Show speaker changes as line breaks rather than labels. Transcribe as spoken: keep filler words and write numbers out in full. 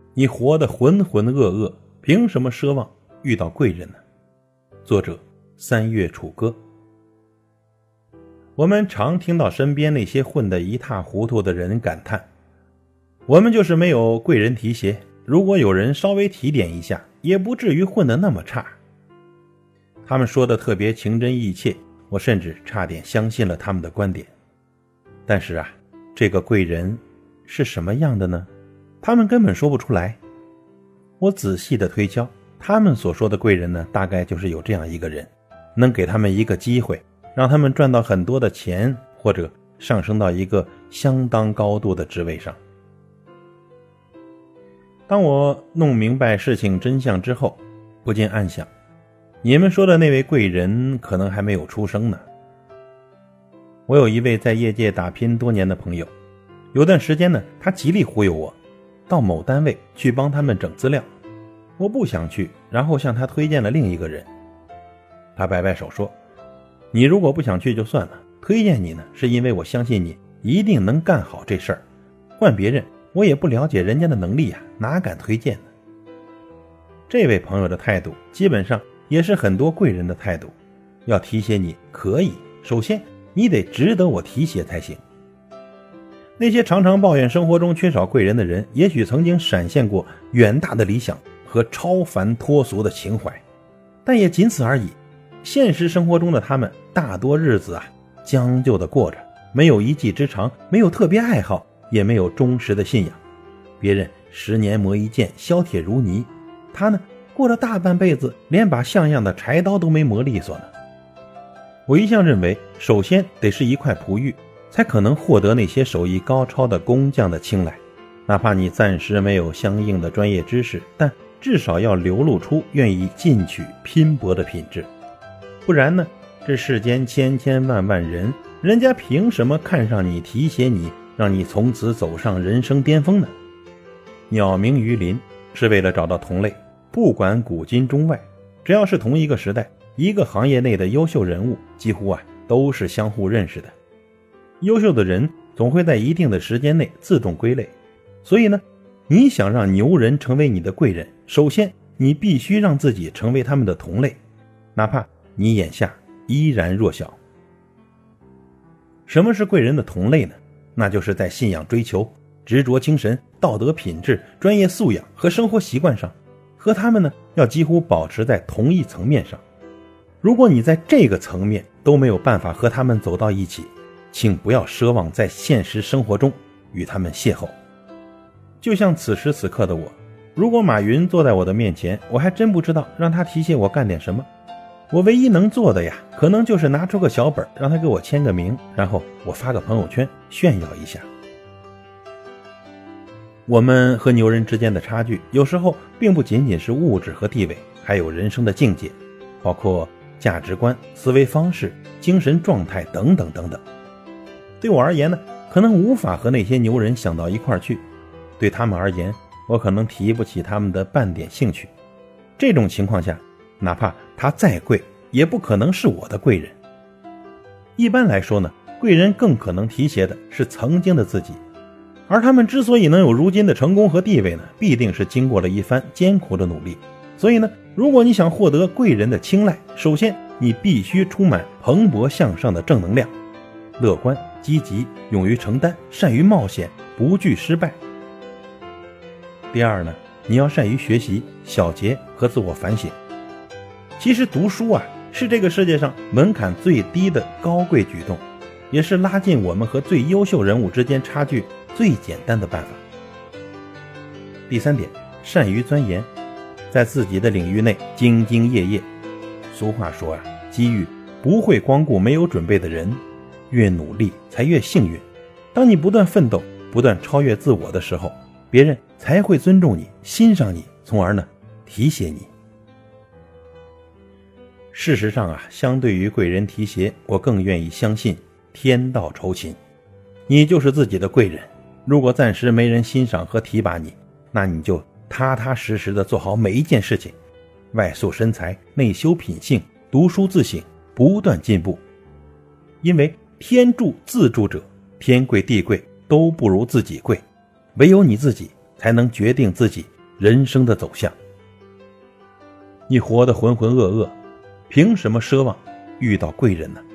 你活得浑浑噩噩，凭什么奢望遇到贵人呢？作者三月楚歌。我们常听到身边那些混得一塌糊涂的人感叹，我们就是没有贵人提携，如果有人稍微提点一下，也不至于混得那么差。他们说的特别情真意切，我甚至差点相信了他们的观点。但是啊，这个贵人是什么样的呢？他们根本说不出来。我仔细的推敲，他们所说的贵人呢，大概就是有这样一个人，能给他们一个机会，让他们赚到很多的钱，或者上升到一个相当高度的职位上。当我弄明白事情真相之后，不禁暗想，你们说的那位贵人可能还没有出生呢。我有一位在业界打拼多年的朋友，有段时间呢，他极力忽悠我到某单位去帮他们整资料，我不想去，然后向他推荐了另一个人。他摆摆手说，你如果不想去就算了，推荐你呢，是因为我相信你一定能干好这事儿，换别人我也不了解人家的能力啊，哪敢推荐呢？这位朋友的态度基本上也是很多贵人的态度，要提携你可以，首先你得值得我提携才行。那些常常抱怨生活中缺少贵人的人，也许曾经闪现过远大的理想和超凡脱俗的情怀，但也仅此而已。现实生活中的他们大多日子啊将就的过着，没有一技之长，没有特别爱好，也没有忠实的信仰。别人十年磨一剑，削铁如泥，他呢过了大半辈子，连把像样的柴刀都没磨利索呢。我一向认为，首先得是一块璞玉，才可能获得那些手艺高超的工匠的青睐。哪怕你暂时没有相应的专业知识，但至少要流露出愿意进取拼搏的品质。不然呢，这世间千千万万人，人家凭什么看上你，提携你，让你从此走上人生巅峰呢？鸟鸣于林是为了找到同类，不管古今中外，只要是同一个时代，一个行业内的优秀人物几乎啊都是相互认识的。优秀的人总会在一定的时间内自动归类，所以呢，你想让牛人成为你的贵人，首先你必须让自己成为他们的同类，哪怕你眼下依然弱小。什么是贵人的同类呢？那就是在信仰追求、执着精神、道德品质、专业素养和生活习惯上，和他们呢要几乎保持在同一层面上。如果你在这个层面都没有办法和他们走到一起，请不要奢望在现实生活中与他们邂逅。就像此时此刻的我，如果马云坐在我的面前，我还真不知道让他提携我干点什么。我唯一能做的呀，可能就是拿出个小本，让他给我签个名，然后我发个朋友圈炫耀一下。我们和牛人之间的差距，有时候并不仅仅是物质和地位，还有人生的境界，包括价值观、思维方式、精神状态等等等等。对我而言呢，可能无法和那些牛人想到一块儿去，对他们而言，我可能提不起他们的半点兴趣。这种情况下，哪怕他再贵，也不可能是我的贵人。一般来说呢，贵人更可能提携的是曾经的自己，而他们之所以能有如今的成功和地位呢，必定是经过了一番艰苦的努力。所以呢，如果你想获得贵人的青睐，首先你必须充满蓬勃向上的正能量，乐观、积极，勇于承担，善于冒险，不惧失败。第二呢，你要善于学习、小结和自我反省。其实读书啊，是这个世界上门槛最低的高贵举动，也是拉近我们和最优秀人物之间差距最简单的办法。第三点，善于钻研，在自己的领域内兢兢业业。俗话说啊，机遇不会光顾没有准备的人，越努力才越幸运。当你不断奋斗，不断超越自我的时候，别人才会尊重你，欣赏你，从而呢提携你。事实上啊，相对于贵人提携，我更愿意相信天道酬勤。你就是自己的贵人，如果暂时没人欣赏和提拔你，那你就踏踏实实的做好每一件事情，外塑身材，内修品性，读书自省，不断进步。因为天助自助者，天贵地贵都不如自己贵，唯有你自己才能决定自己人生的走向。你活得浑浑噩噩，凭什么奢望遇到贵人呢？